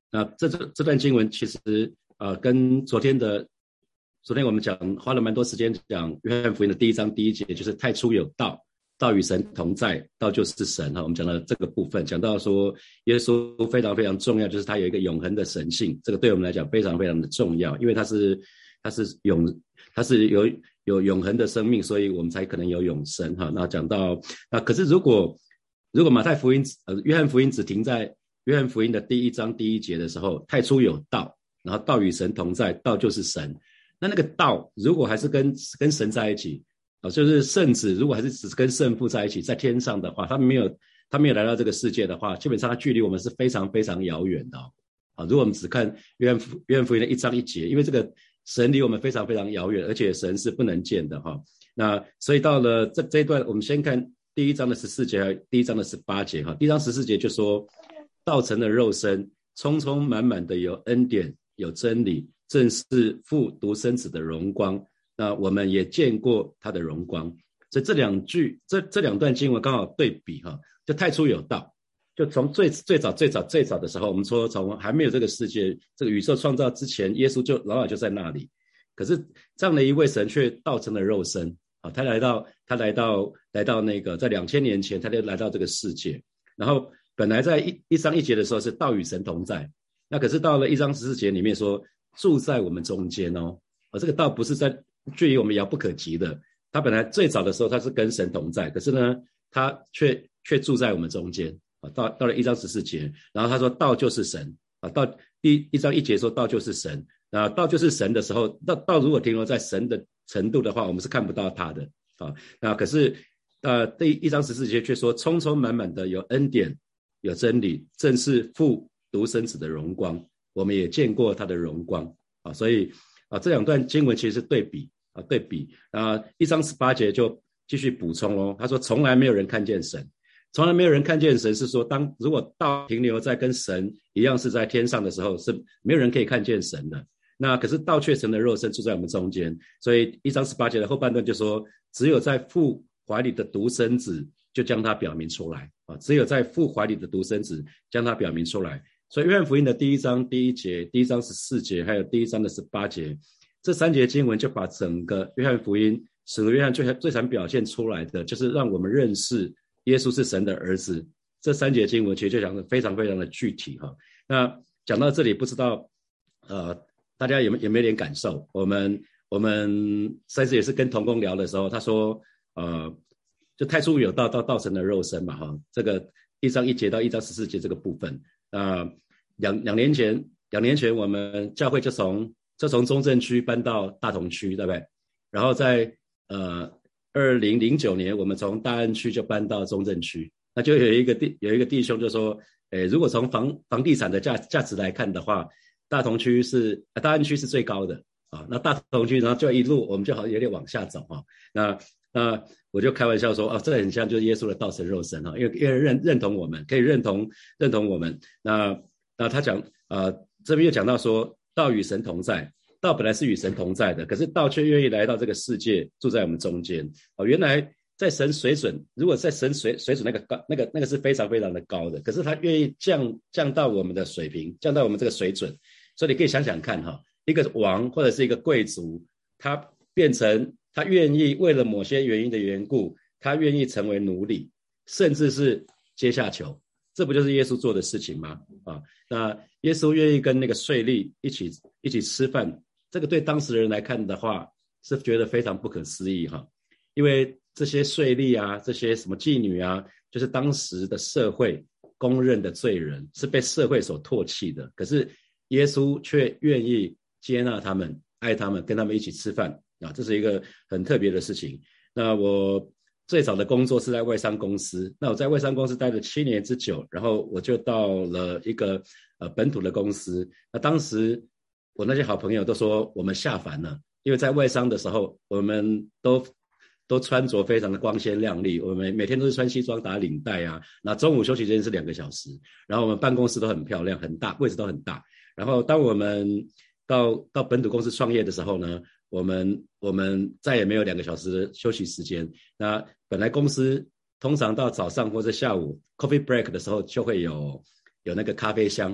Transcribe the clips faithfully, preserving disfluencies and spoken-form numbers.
那这这这段经文其实呃跟昨天的昨天我们讲花了蛮多时间讲约翰福音的第一章第一节，就是太初有道，道与神同在，道就是神哈。我们讲到这个部分，讲到说耶稣非常非常重要，就是他有一个永恒的神性，这个对我们来讲非常非常的重要，因为他是他是永他是有有永恒的生命，所以我们才可能有永生哈。那讲到那可是如果如果马太福音呃约翰福音只停在约翰福音的第一章第一节的时候，太初有道，然后道与神同在，道就是神。那那个道如果还是跟跟神在一起，哦，就是圣子如果还是只是跟圣父在一起，在天上的话，他没有他没有来到这个世界的话，基本上他距离我们是非常非常遥远的哦。啊，如果我们只看约翰约翰福音的一章一节，因为这个神离我们非常非常遥远，而且神是不能见的哈、哦。那所以到了这这一段，我们先看第一章的十四节，还有第一章的十八节哈。第一章十四节就说，道成了肉身，充充满满的有恩典有真理，正是父独生子的荣光。那我们也见过他的荣光。所以这两句这这两段经文刚好对比哈，就太初有道，就从最最早最早最早的时候，我们说从还没有这个世界，这个宇宙创造之前，耶稣就老早就在那里。可是这样的一位神却道成了肉身啊，他来到他来到来到那个在两千年前，他就来到这个世界。然后本来在一一章一节的时候是道与神同在，那可是到了一章十四节里面说住在我们中间哦，而这个道不是在距离我们遥不可及的，他本来最早的时候他是跟神同在，可是呢他却却住在我们中间啊。到到了一章十四节，然后他说道就是神啊，到第一章一节说道就是神，那道就是神的时候，道道如果停留在神的程度的话，我们是看不到他的啊。那可是呃第一章十四节却说充充满满的有恩典有真理，正是父独生子的荣光，我们也见过他的荣光啊。所以啊这两段经文其实是对比啊对比啊。一章十八节就继续补充哦，他说从来没有人看见神，从来没有人看见神，是说当如果道停留在跟神一样是在天上的时候，是没有人可以看见神的。那可是道却成了肉身住在我们中间，所以一章十八节的后半段就说只有在父怀里的独生子就将他表明出来啊，只有在父怀里的独生子将他表明出来。所以约翰福音的第一章第一节，第一章十四节，还有第一章的十八节，这三节经文就把整个约翰福音使徒约翰最最常表现出来的，就是让我们认识耶稣是神的儿子。这三节经文其实就讲得非常非常的具体哈。那讲到这里，不知道呃大家有没有有没有点感受？我们我们上次也是跟同工聊的时候，他说呃就太初有道，到道成了肉身嘛哈。这个一章一节到一章十四节这个部分，呃两两年前两年前我们教会就从就从中正区搬到大同区，对不对？然后在呃二零零九年我们从大安区就搬到中正区，那就有一个弟有一个弟兄就说，诶，如果从房房地产的价价值来看的话，大同区是、呃、大安区是最高的啊，那大同区然后就一路我们就好像有点往下走啊。那那我就开玩笑说，哦，这很像就是耶稣的道成肉身啊，因为因为认认同我们，可以认同认同我们。那那他讲呃这边又讲到说，道与神同在。道本来是与神同在的，可是道却愿意来到这个世界，住在我们中间。哦，原来在神水准，如果在神水水准那个高，那个那个是非常非常的高的，可是他愿意降降到我们的水平，降到我们这个水准。所以你可以想想看哈，一个王或者是一个贵族，他变成他愿意为了某些原因的缘故，他愿意成为奴隶，甚至是阶下囚。这不就是耶稣做的事情吗？啊，那耶稣愿意跟那个税吏一起一起吃饭，这个对当时的人来看的话，是觉得非常不可思议哈。因为这些税吏啊，这些什么妓女啊，就是当时的社会公认的罪人，是被社会所唾弃的。可是耶稣却愿意接纳他们，爱他们，跟他们一起吃饭啊，这是一个很特别的事情。那我最早的工作是在外商公司，那我在外商公司待了七年之久，然后我就到了一个呃本土的公司。那当时我那些好朋友都说我们下凡了，因为在外商的时候，我们都都穿着非常的光鲜亮丽，我们每天都是穿西装打领带啊。那中午休息时间是两个小时，然后我们办公室都很漂亮，很大，位置都很大。然后当我们到到本土公司创业的时候呢，我们我们再也没有两个小时的休息时间。那本来公司通常到早上或者下午 coffee break 的时候就会有有那个咖啡香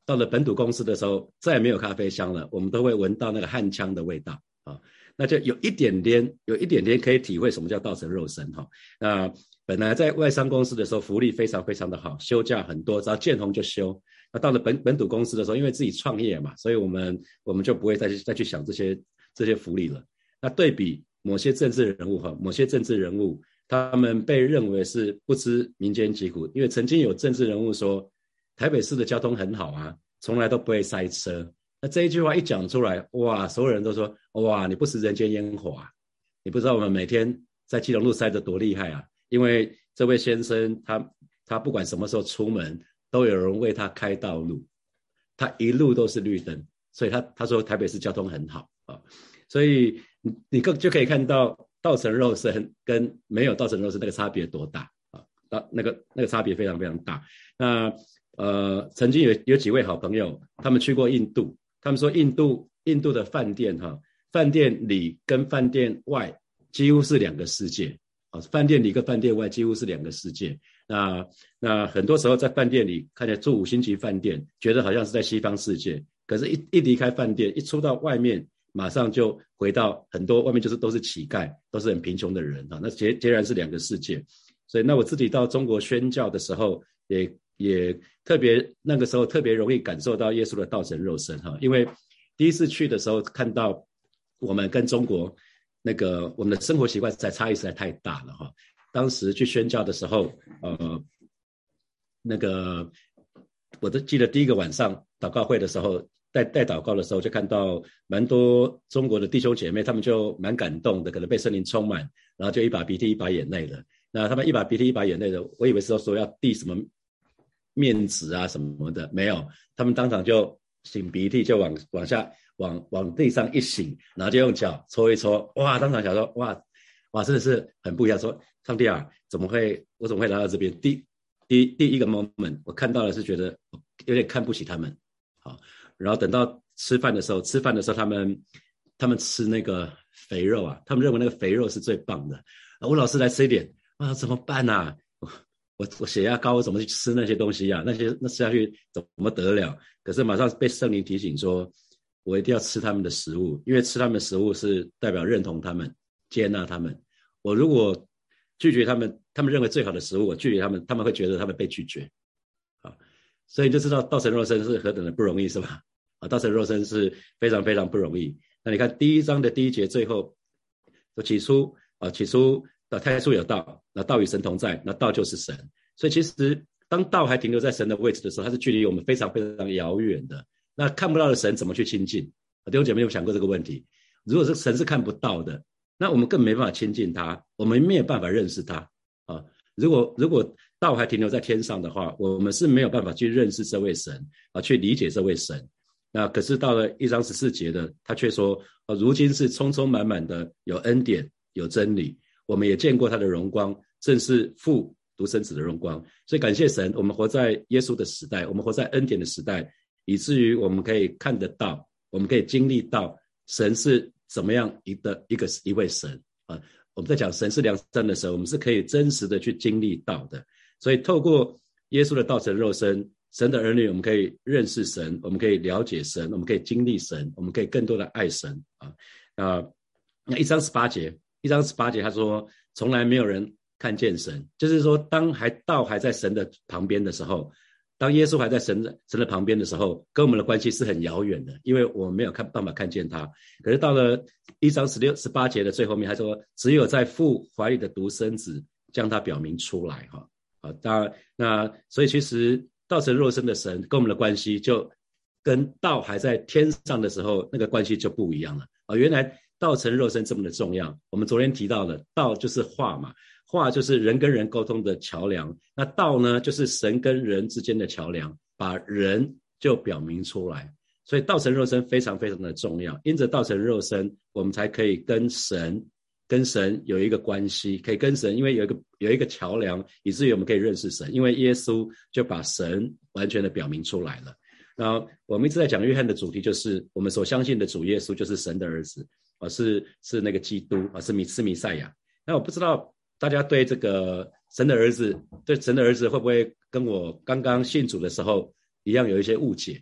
到了本土公司的时候，再也没有咖啡香了，我们都会闻到那个焊枪的味道啊，那就有一点点，有一点点可以体会什么叫道成肉身哈。那本来在外商公司的时候，福利非常非常的好，休假很多，只要见红就休。那到了本本土公司的时候，因为自己创业嘛，所以我们我们就不会再去再去想这些这些福利了。那对比某些政治人物哈，某些政治人物，他们被认为是不知民间疾苦，因为曾经有政治人物说，台北市的交通很好啊，从来都不会塞车。那这一句话一讲出来，哇，所有人都说，哇，你不食人间烟火啊，你不知道我们每天在基隆路塞得多厉害啊。因为这位先生他他不管什么时候出门，都有人为他开道路，他一路都是绿灯，所以他他说台北市交通很好啊，所以你你就可以看到道成肉身跟没有道成肉身那个差别多大啊，那个那个差别非常非常大。那呃，曾经有有几位好朋友，他们去过印度，他们说印度印度的饭店哈，饭店里跟饭店外几乎是两个世界。饭店里跟饭店外几乎是两个世界。那那很多时候在饭店里看起来住五星级饭店，觉得好像是在西方世界，可是一一离开饭店，一出到外面，马上就回到很多外面就是都是乞丐，都是很贫穷的人啊，那截截然是两个世界。所以那我自己到中国宣教的时候，也也特别那个时候特别容易感受到耶稣的道成肉身哈，因为第一次去的时候看到我们跟中国那个我们的生活习惯实在差异实在太大了哈。当时去宣教的时候，呃，那个我都记得第一个晚上祷告会的时候，带带祷告的时候，就看到蛮多中国的弟兄姐妹，他们就蛮感动的，可能被圣灵充满，然后就一把鼻涕一把眼泪的。那他们一把鼻涕一把眼泪的，我以为是说要递什么面纸啊什么的，没有，他们当场就擤鼻涕，就往往下。往往地上一擤，然后就用脚搓一搓，哇！当场想说，哇哇，真的是很不一样。说上帝啊，怎么会我怎么会来到这边？第第第一个 moment， 我看到的是觉得有点看不起他们，好，然后等到吃饭的时候，吃饭的时候他们他们吃那个肥肉啊，他们认为那个肥肉是最棒的。我老师来吃一点啊，怎么办啊？我我血压高，我怎么去吃那些东西啊？那些那吃下去怎么得了？可是马上被圣灵提醒说，我一定要吃他们的食物，因为吃他们的食物是代表认同他们，接纳他们。我如果拒绝他们，他们认为最好的食物，我拒绝他们，他们会觉得他们被拒绝。啊，所以你就知道道成肉身是何等的不容易，是吧？啊，道成肉身是非常非常不容易。那你看第一章的第一节最后，起初啊，起初的太初有道，那道与神同在，那道就是神。所以其实当道还停留在神的位置的时候，它是距离我们非常非常遥远的。那看不到的神怎么去亲近？弟兄姐妹有想过这个问题？如果是神是看不到的，那我们更没办法亲近他，我们没有办法认识他啊。如果如果道还停留在天上的话，我们是没有办法去认识这位神啊，去理解这位神。那可是到了一章十四节的，他却说，啊，如今是充充满满的有恩典有真理，我们也见过他的荣光，正是父独生子的荣光。所以感谢神，我们活在耶稣的时代，我们活在恩典的时代，以至于我们可以看得到，我们可以经历到神是怎么样一个一个一位神啊。我们在讲神是良善的时候，我们是可以真实的去经历到的。所以透过耶稣的道成肉身，神的儿女，我们可以认识神，我们可以了解神，我们可以经历神，我们可以更多的爱神啊。啊，那一章十八节，一章十八节他说，从来没有人看见神，就是说当还道还在神的旁边的时候，当耶稣还在神的神的旁边的时候，跟我们的关系是很遥远的，因为我们没有看办法看见他。可是到了一章十六、十八节的最后面，他说，只有在父怀里的独生子将他表明出来哈。啊，当然，那所以其实道成肉身的神跟我们的关系，就跟道还在天上的时候那个关系就不一样了啊。原来道成肉身这么的重要，我们昨天提到了，道就是话嘛。话就是人跟人沟通的桥梁，那道呢就是神跟人之间的桥梁，把人就表明出来。所以道成肉身非常非常的重要，因着道成肉身，我们才可以跟神跟神有一个关系，可以跟神，因为有一个有一个桥梁，以至于我们可以认识神，因为耶稣就把神完全的表明出来了。然后我们一直在讲约翰的主题，就是我们所相信的主耶稣就是神的儿子，啊，是是那个基督，啊，是弥是弥赛亚。那我不知道大家对这个神的儿子，对神的儿子会不会跟我刚刚信主的时候一样有一些误解？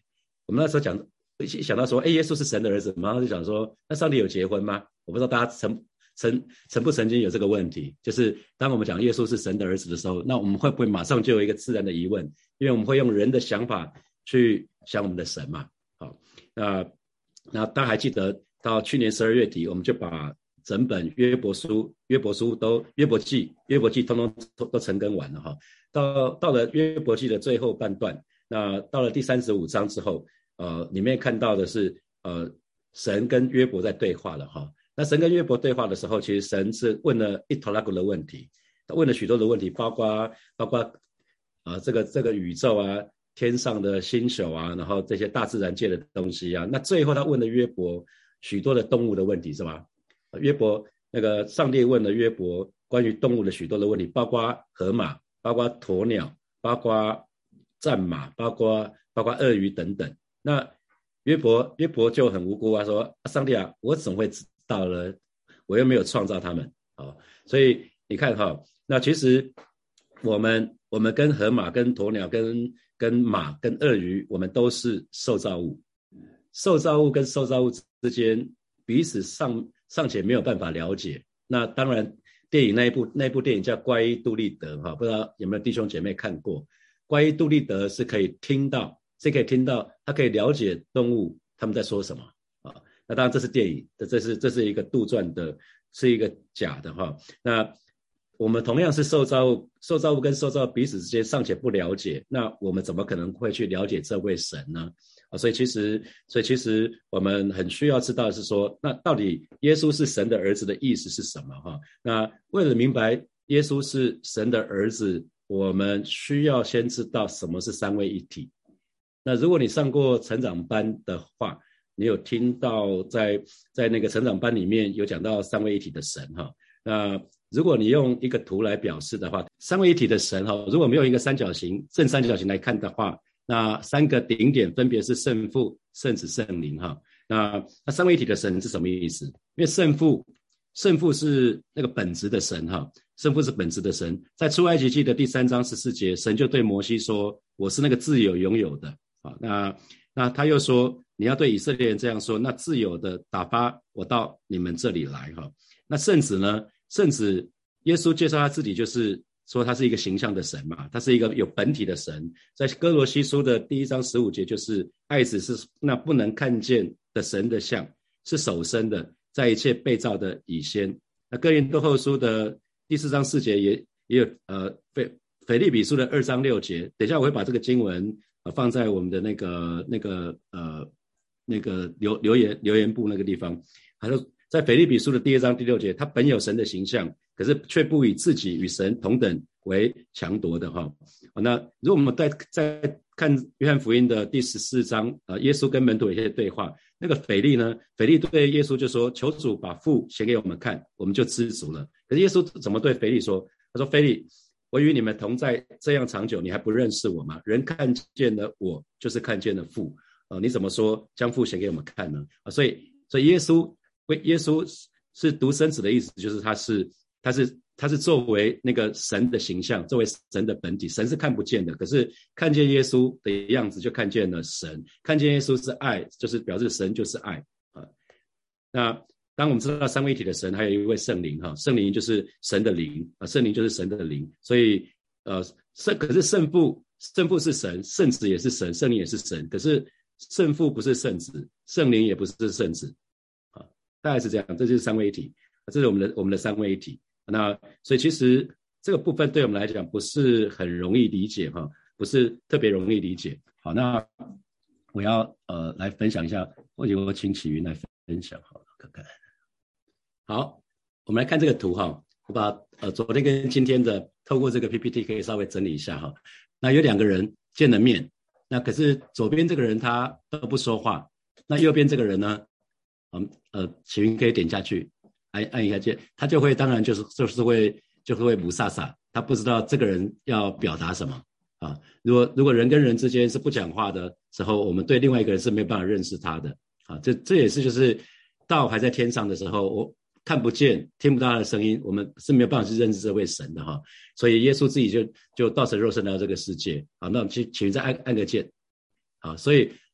我们那时候讲一想到说，哎，耶稣是神的儿子，马上就想说，那上帝有结婚吗？我不知道大家曾曾曾不曾经有这个问题，就是当我们讲耶稣是神的儿子的时候，那我们会不会马上就有一个自然的疑问？因为我们会用人的想法去想我们的神嘛。好，那那大家还记得到去年十二月底，我们就把整本约伯书、约伯书都约伯记、约伯记通通都都成根完了哈。到到了约伯记的最后半段，那到了第三十五章之后，呃，里面看到的是呃神跟约伯在对话了哈。那神跟约伯对话的时候，其实神是问了一头拉骨的问题，他问了许多的问题，包括包括啊、呃、这个这个宇宙啊、天上的星宿啊，然后这些大自然界的东西啊。那最后他问了约伯许多的动物的问题，是吧？约伯那个上帝问了约伯关于动物的许多的问题，包括河马，包括鸵鸟，包括战马，包括包括鳄鱼等等。那约伯约伯就很无辜啊，说上帝啊，我怎么会知道了？我又没有创造他们。哦，所以你看哈，那其实我们我们跟河马、跟鸵鸟、跟跟马、跟鳄鱼，我们都是受造物。受造物跟受造物之间彼此尚尚且没有办法了解。那当然，电影那一部那一部电影叫《怪医杜立德》哈，不知道有没有弟兄姐妹看过？怪医杜立德是可以听到，是可以听到，他可以了解动物他们在说什么啊。那当然这是电影，这是这是一个杜撰的，是一个假的哈。那我们同样是受造物，受造物跟受造物彼此之间尚且不了解，那我们怎么可能会去了解这位神呢？啊，所以其实，所以其实我们很需要知道的是说，那到底耶稣是神的儿子的意思是什么？哈，那为了明白耶稣是神的儿子，我们需要先知道什么是三位一体。那如果你上过成长班的话，你有听到在在那个成长班里面有讲到三位一体的神哈。那如果你用一个图来表示的话，三位一体的神哈，如果没有一个三角形正三角形来看的话，那三个顶点分别是圣父、圣子、圣灵哈。那那三位一体的神是什么意思？因为圣父圣父是那个本质的神哈，圣父是本质的神。在出埃及记的第三章十四节，神就对摩西说：“我是那个自有拥有的。”啊，那那他又说：“你要对以色列人这样说，那自有的打发我到你们这里来。”哈，那圣子呢？圣子耶稣介绍他自己就是说他是一个形象的神嘛，他是一个有本体的神。在哥罗西书的第一章十五节，就是爱子是那不能看见的神的像，是首生的，在一切被造的以先。那哥林多后书的第四章四节也也有呃腓腓立比书的二章六节。等一下我会把这个经文呃放在我们的那个那个呃那个留留言留言部那个地方。还有在腓立比书的第二章第六节，他本有神的形象，可是却不以自己与神同等为强夺的哈。那如果我们再再看约翰福音的第十四章，呃，耶稣跟门徒有一些对话，那个腓利呢，腓利对耶稣就说：“求主把父显给我们看，我们就知足了。”可是耶稣怎么对腓利说？他说：“腓利，我与你们同在这样长久，你还不认识我吗？人看见了我，就是看见了父。呃，你怎么说将父显给我们看呢？”啊，所以，所以耶稣。耶稣是独生子的意思，就是他是他是他是作为那个神的形象，作为神的本体。神是看不见的，可是看见耶稣的样子就看见了神。看见耶稣是爱，就是表示神就是爱啊。那当我们知道三位一体的神，还有一位圣灵哈，圣灵就是神的灵啊，圣灵就是神的灵。所以呃，圣可是圣父圣父是神，圣子也是神，圣灵也是神。可是圣父不是圣子，圣灵也不是圣子。大概是这样，这就是三位一体，这是我们的我们的三位一体。那所以其实这个部分对我们来讲不是很容易理解哈，不是特别容易理解。好，那我要呃来分享一下，或者我请启云来分享好了，看看。好，我们来看这个图哈，我把呃昨天跟今天的透过这个 P P T 可以稍微整理一下哈。那有两个人见了面，那可是左边这个人他都不说话，那右边这个人呢？嗯呃，启云可以点下去，按按一下键，他就会当然就是就是会就是会不飒飒，他不知道这个人要表达什么啊。如果如果人跟人之间是不讲话的时候，我们对另外一个人是没有办法认识他的啊。这这也是就是道还在天上的时候，我看不见听不到他的声音，我们是没有办法去认识这位神的哈。所以耶稣自己就就道成肉身来到这个世界。好，那我们去启云再按按个键，好，所以。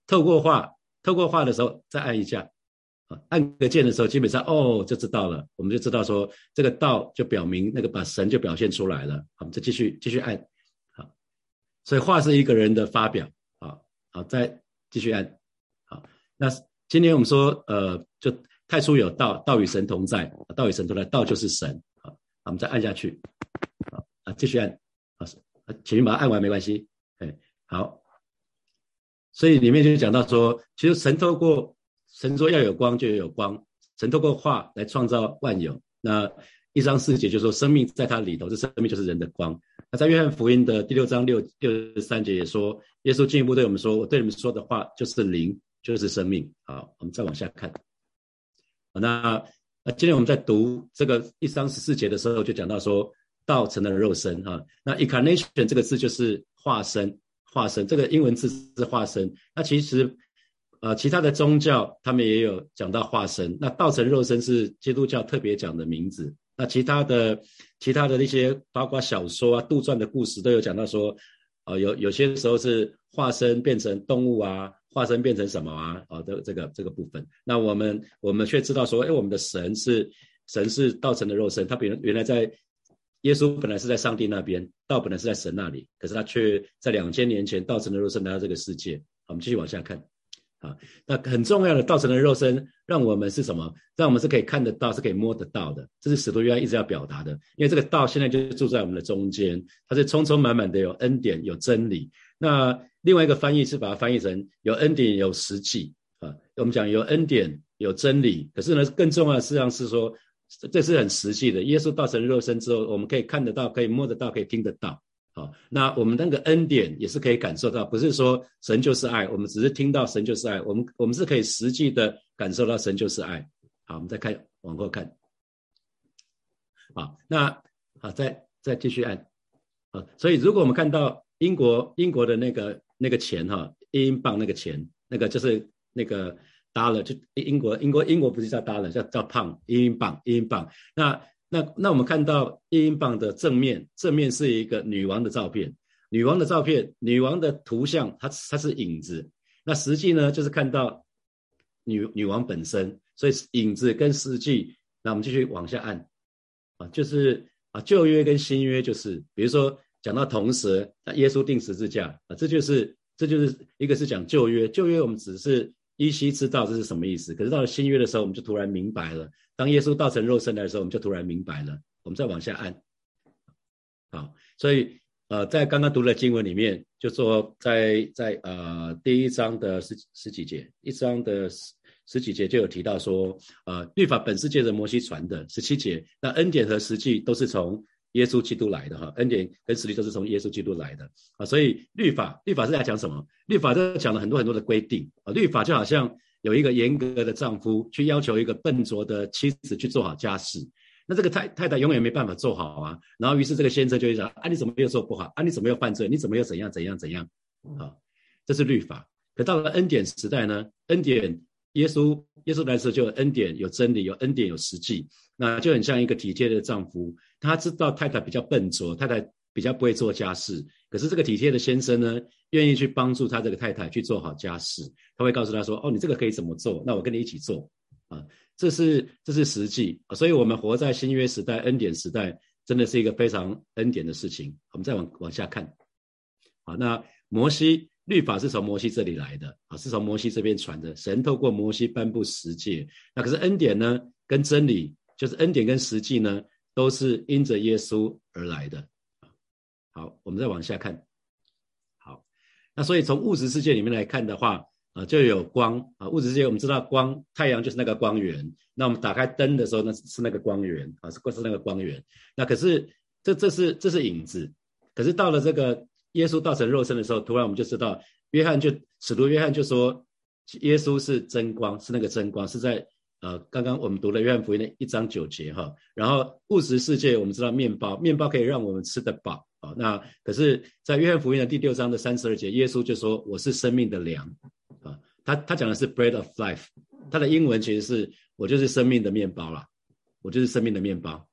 透过画，透过画的时候再按一下，按个键的时候，基本上哦就知道了，我们就知道说这个道就表明那个把神就表现出来了。好，我们再继续继续按。好，所以画是一个人的发表。好，好，再继续按。好，那今天我们说呃，就太初有道，道与神同在，道与神同在，道就是神。好，我们再按下去。好，啊，继续按。好，请把它按完没关系。哎，好。所以里面就讲到说，其实神透过神说要有光就有光，神透过话来创造万有。那一章四节就说生命在他里头，这生命就是人的光。那在约翰福音的第六章六六十三节也说，耶稣进一步对我们说，我对你们说的话就是灵，就是生命。好，我们再往下看。那那今天我们在读这个一章十四节的时候，就讲到说道成了肉身哈。那 incarnation 这个字就是化身。化身这个英文字是化身，那其实呃其他的宗教他们也有讲到化身，那道成肉身是基督教特别讲的名字，那其他的其他的那些包括小说啊杜撰的故事都有讲到说呃有有些时候是化身变成动物啊，化身变成什么啊啊的这个这个部分，那我们我们却知道说，哎，我们的神是神是道成的肉身，他比原来在耶稣本来是在上帝那边，道本来是在神那里，可是他却在两千年前道成的肉身来到这个世界。好，我们继续往下看。好，那很重要的道成的肉身让我们是什么？让我们是可以看得到，是可以摸得到的，这是使徒约翰一直要表达的。因为这个道现在就住在我们的中间，它是充充满满的有恩典有真理。那另外一个翻译是把它翻译成有恩典有实际啊，我们讲有恩典有真理，可是呢更重要的事实上是说这是很实际的，耶稣道成肉身之后，我们可以看得到，可以摸得到，可以听得到。好，那我们那个恩典也是可以感受到，不是说神就是爱，我们只是听到神就是爱，我们我们是可以实际的感受到神就是爱。好，我们再看往后看。好，那好，再再继续按。好，所以如果我们看到英国英国的那个那个钱哈，英镑那个钱，那个就是那个。dollar 就英国英国英国不是叫 dollar 叫叫 pound 英镑英镑，那那那我们看到英镑的正面正面是一个女王的照片，女王的照片女王的图像它它是影子，那实际呢就是看到女女王本身，所以影子跟实际，那我们继续往下按啊，就是啊旧约跟新约就是比如说讲到铜蛇，那耶稣钉十字架啊，这就是这就是一个是讲旧约，旧约我们只是依稀知道这是什么意思，可是到了新约的时候我们就突然明白了，当耶稣道成肉身来的时候我们就突然明白了。我们再往下按。好，所以呃在刚刚读的经文里面就说在在呃第一章的十十几节一章的十十几节就有提到说呃律法本是借着摩西传的，十七节那恩典和实际都是从耶稣基督来的哈，恩典跟实际都是从耶稣基督来的啊，所以律法律法是在讲什么？律法都讲了很多很多的规定啊，律法就好像有一个严格的丈夫去要求一个笨拙的妻子去做好家事，那这个太太太永远没办法做好啊，然后于是这个先生就会讲啊你怎么又做不好啊，你怎么又犯罪，你怎么又怎样怎样怎样啊，这是律法。可到了恩典时代呢，恩典耶稣耶稣来的时候就有恩典有真理有恩典有实际，那就很像一个体贴的丈夫，他知道太太比较笨拙，太太比较不会做家事，可是这个体贴的先生呢愿意去帮助他这个太太去做好家事，他会告诉他说哦你这个可以怎么做，那我跟你一起做啊，这是这是实际。所以我们活在新约时代恩典时代真的是一个非常恩典的事情。我们再往往下看。好，那摩西律法是从摩西这里来的，是从摩西这边传的，神透过摩西颁布十诫，那可是恩典呢跟真理就是恩典跟实际呢都是因着耶稣而来的。好，我们再往下看。好，那所以从物质世界里面来看的话呃、就有光啊，物质世界我们知道光太阳就是那个光源，那我们打开灯的时候那是那个光源啊，是是那个光源，那可是这这是这是影子，可是到了这个耶稣道成肉身的时候，突然我们就知道约翰就使徒约翰就说耶稣是真光，是那个真光，是在呃刚刚我们读了约翰福音的一章九节哈，然后物质世界我们知道面包面包可以让我们吃得饱啊，那可是在约翰福音的第六章的三十二节耶稣就说我是生命的粮啊，他他讲的是 bread of life， 他的英文其实是我就是生命的面包啦，我就是生命的面包。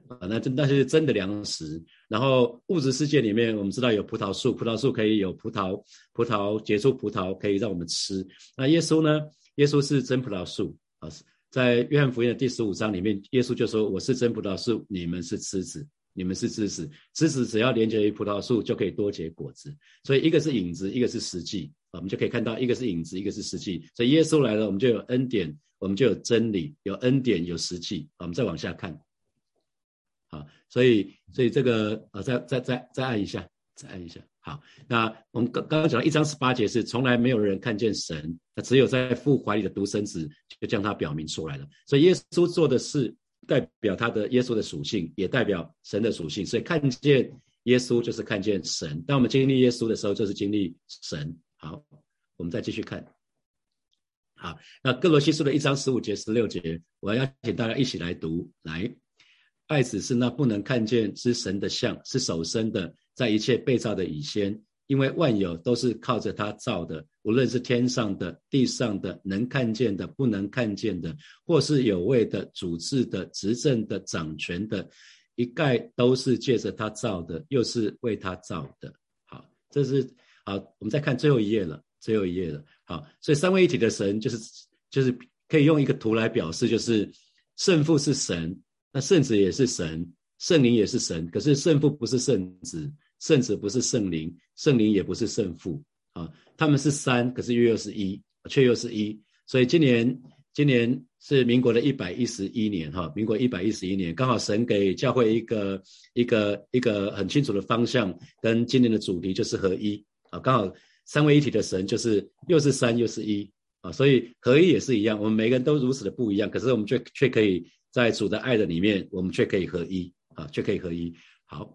啊，那那是真的粮食。然后物质世界里面，我们知道有葡萄树，葡萄树可以有葡萄，葡萄结出葡萄可以让我们吃。那耶稣呢？耶稣是真葡萄树啊，在约翰福音的第十五章里面，耶稣就说：“我是真葡萄树，你们是枝子。”你们是枝子，枝子只要连接于葡萄树就可以多结果子。所以一个是影子，一个是实际，我们就可以看到一个是影子，一个是实际。所以耶稣来了，我们就有恩典，我们就有真理，有恩典，有实际。我们再往下看，好，所以所以这个呃，再再再再按一下，再按一下。好，那我们刚刚刚讲到一章十八节是从来没有人看见神，那只有在父怀里的独生子就将他表明出来了。所以耶稣做的事代表他的耶稣的属性，也代表神的属性。所以看见耶稣就是看见神，当我们经历耶稣的时候，就是经历神。好，我们再继续看。好，那哥罗西书的一章十五节、十六节，我要请大家一起来读。来，爱子是那不能看见之神的像，是首生的，在一切被造的以先。因为万有都是靠着他造的，无论是天上的、地上的，能看见的、不能看见的，或是有位的、主治的、执政的、掌权的，一概都是借着他造的，又是为他造的。好，这是好，我们再看最后一页了，最后一页了。好，所以三位一体的神就是就是可以用一个图来表示，就是圣父是神，那圣子也是神，圣灵也是神，可是圣父不是圣子，圣子不是圣灵，圣灵也不是圣父啊，他们是三，可是又又是一，却又是一。所以今年今年是民国的一百一十一年哈，民国一百一十一年，刚好神给教会一个一个一个很清楚的方向，跟今年的主题就是合一啊，刚好三位一体的神就是又是三又是一啊，所以合一也是一样，我们每个人都如此的不一样，可是我们却却可以在主的爱的里面，我们却可以合一啊，却可以合一。好。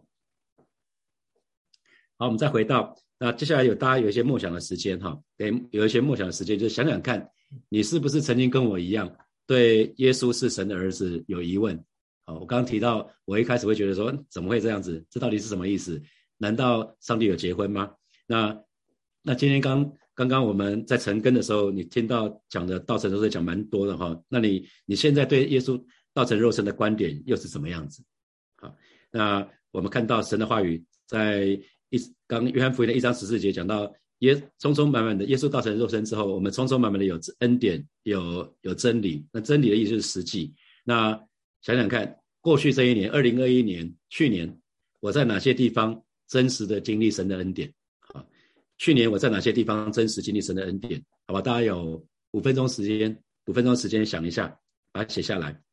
好，我们再回到那接下来有大家有一些默想的时间哈，有一些默想的时间，就是想想看，你是不是曾经跟我一样，对耶稣是神的儿子有疑问？好，我刚刚提到，我一开始会觉得说，怎么会这样子？这到底是什么意思？难道上帝有结婚吗？那那今天刚刚刚我们在晨更的时候，你听到讲的道成肉身讲蛮多的哈，那你你现在对耶稣道成肉身的观点又是什么样子？好，那我们看到神的话语在。一刚约翰福音的一章十四节讲到耶充充满满的耶稣道成肉身之后，我们充充满满的有恩典，有有真理。那真理的意思就是实际。那想想看，过去这一年，二零二一年，去年我在哪些地方真实的经历神的恩典？好，去年我在哪些地方真实经历神的恩典？好吧，大家有五分钟时间，五分钟时间想一下，把它写下来。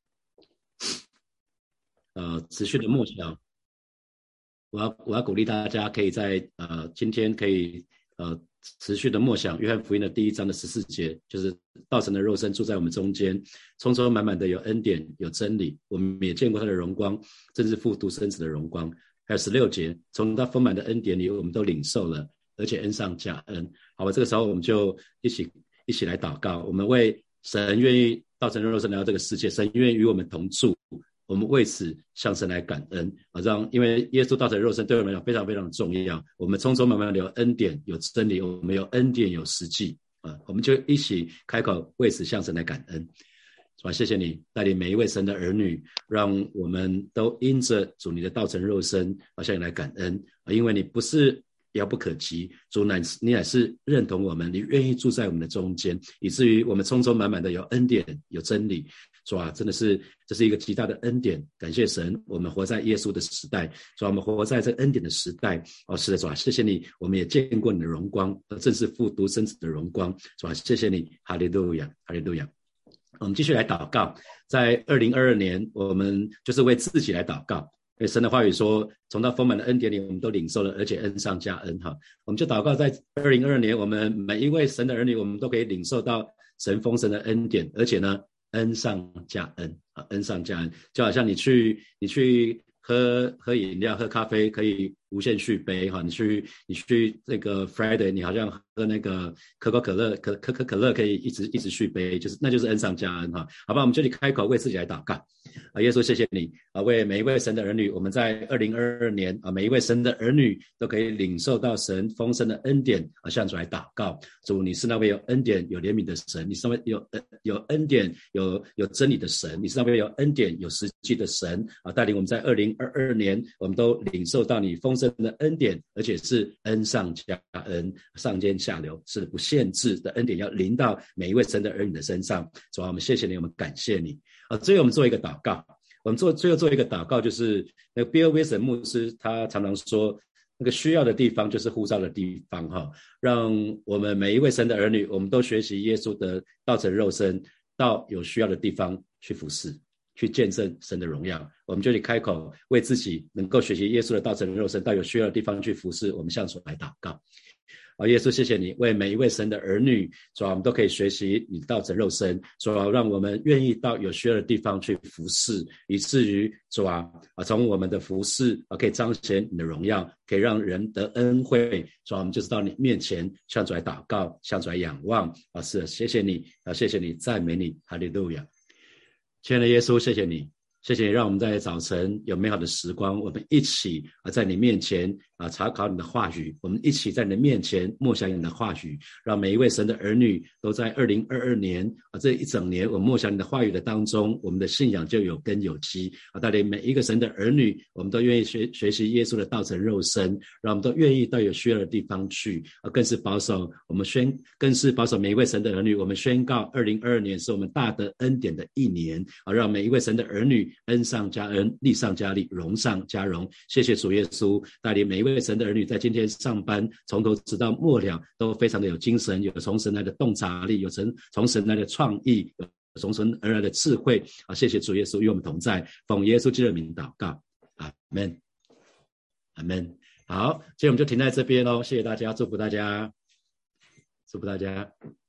呃，持续的默想。我要我要鼓励大家，可以在呃今天可以呃持续的默想约翰福音的第一章的十四节，就是道成的肉身住在我们中间，充充满满的有恩典有真理，我们也见过他的荣光，正是父独生子的荣光。还有十六节，从他丰满的恩典里，我们都领受了，而且恩上加恩。好吧，这个时候我们就一起一起来祷告，我们为神愿意道成肉身来到这个世界，神愿意与我们同住。我们为此向神来感恩啊，让因为耶稣道成肉身对我们来讲非常非常重要，我们充充满满的有恩典有真理，我们有恩典有实际啊，我们就一起开口为此向神来感恩。主啊，谢谢你带领每一位神的儿女，让我们都因着主你的道成肉身而向你来感恩啊，因为你不是遥不可及，主乃你乃是认同我们，你愿意住在我们的中间，以至于我们充充满满的有恩典有真理。主啊，真的是这是一个极大的恩典，感谢神，我们活在耶稣的时代，主啊，我们活在这恩典的时代。哦，是的，主啊，谢谢你，我们也见过你的荣光，正是父独生子的荣光。主啊，谢谢你，哈利路亚，哈利路亚。我们继续来祷告，在二零二二年，我们就是为自己来祷告，因为神的话语说，从他丰满的恩典里，我们都领受了，而且恩上加恩哈。我们就祷告，在二零二二年，我们每一位神的儿女，我们都可以领受到神丰盛的恩典，而且呢，恩上加恩啊，恩上加恩，就好像你去你去喝喝饮料、喝咖啡，可以无限续杯哈，你去你去这个 Friday， 你好像喝那个可口可乐可可可可乐可以一直一直续杯，就是那就是恩上加恩哈。好吧，我们就去开口为自己来祷告啊，耶稣谢谢你啊，为每一位神的儿女，我们在二零二二年啊，每一位神的儿女都可以领受到神丰盛的恩典啊，向主来祷告。主，你是那位有恩典有怜悯的神，你是那位有有恩典有有真理的神，你是那位有恩典有实际的神啊，带领我们在二零二二年，我们都领受到你丰盛的恩典，而且是恩上加恩，上尖下流，是不限制的恩典要临到每一位神的儿女的身上。主啊，我们谢谢你，我们感谢你啊。最后我们做一个祷告，我们做最后做一个祷告，就是那个 Bill Wilson 牧师他常常说，那个需要的地方就是呼召的地方哈，让我们每一位神的儿女，我们都学习耶稣的道成肉身，到有需要的地方去服侍，去见证神的荣耀。我们就去开口为自己能够学习耶稣的道成肉身，到有需要的地方去服侍，我们向主来祷告。啊，耶稣谢谢你为每一位神的儿女，主啊，我们都可以学习你道成肉身，主啊，让我们愿意到有需要的地方去服侍，以至于主啊，啊从我们的服侍啊可以彰显你的荣耀，可以让人得恩惠。主啊，我们就是到你面前向主来祷告，向主来仰望。啊，是谢谢你啊，谢谢你，赞美你，哈利路亚。亲爱的耶稣，谢谢你，谢谢你让我们在早晨有美好的时光，我们一起啊在你面前啊查考你的话语，我们一起在你的面前默想你的话语，让每一位神的儿女都在二零二二年啊这一整年我们默想你的话语的当中，我们的信仰就有根有基啊，带领每一个神的儿女，我们都愿意学学习耶稣的道成肉身，让我们都愿意到有需要的地方去啊，更是保守我们宣更是保守每一位神的儿女，我们宣告二零二二年是我们大得恩典的一年啊，让每一位神的儿女恩上加恩，利上加利，荣上加荣。谢谢主耶稣，带领每一位神的儿女在今天上班，从头直到末了都非常的有精神，有从神来的洞察力，有从神来的创意，有从神而来的智慧啊！谢谢主耶稣与我们同在，奉耶稣基督的名祷告，阿们，阿们。好，今天我们就停在这边咯，谢谢大家，祝福大家，祝福大家。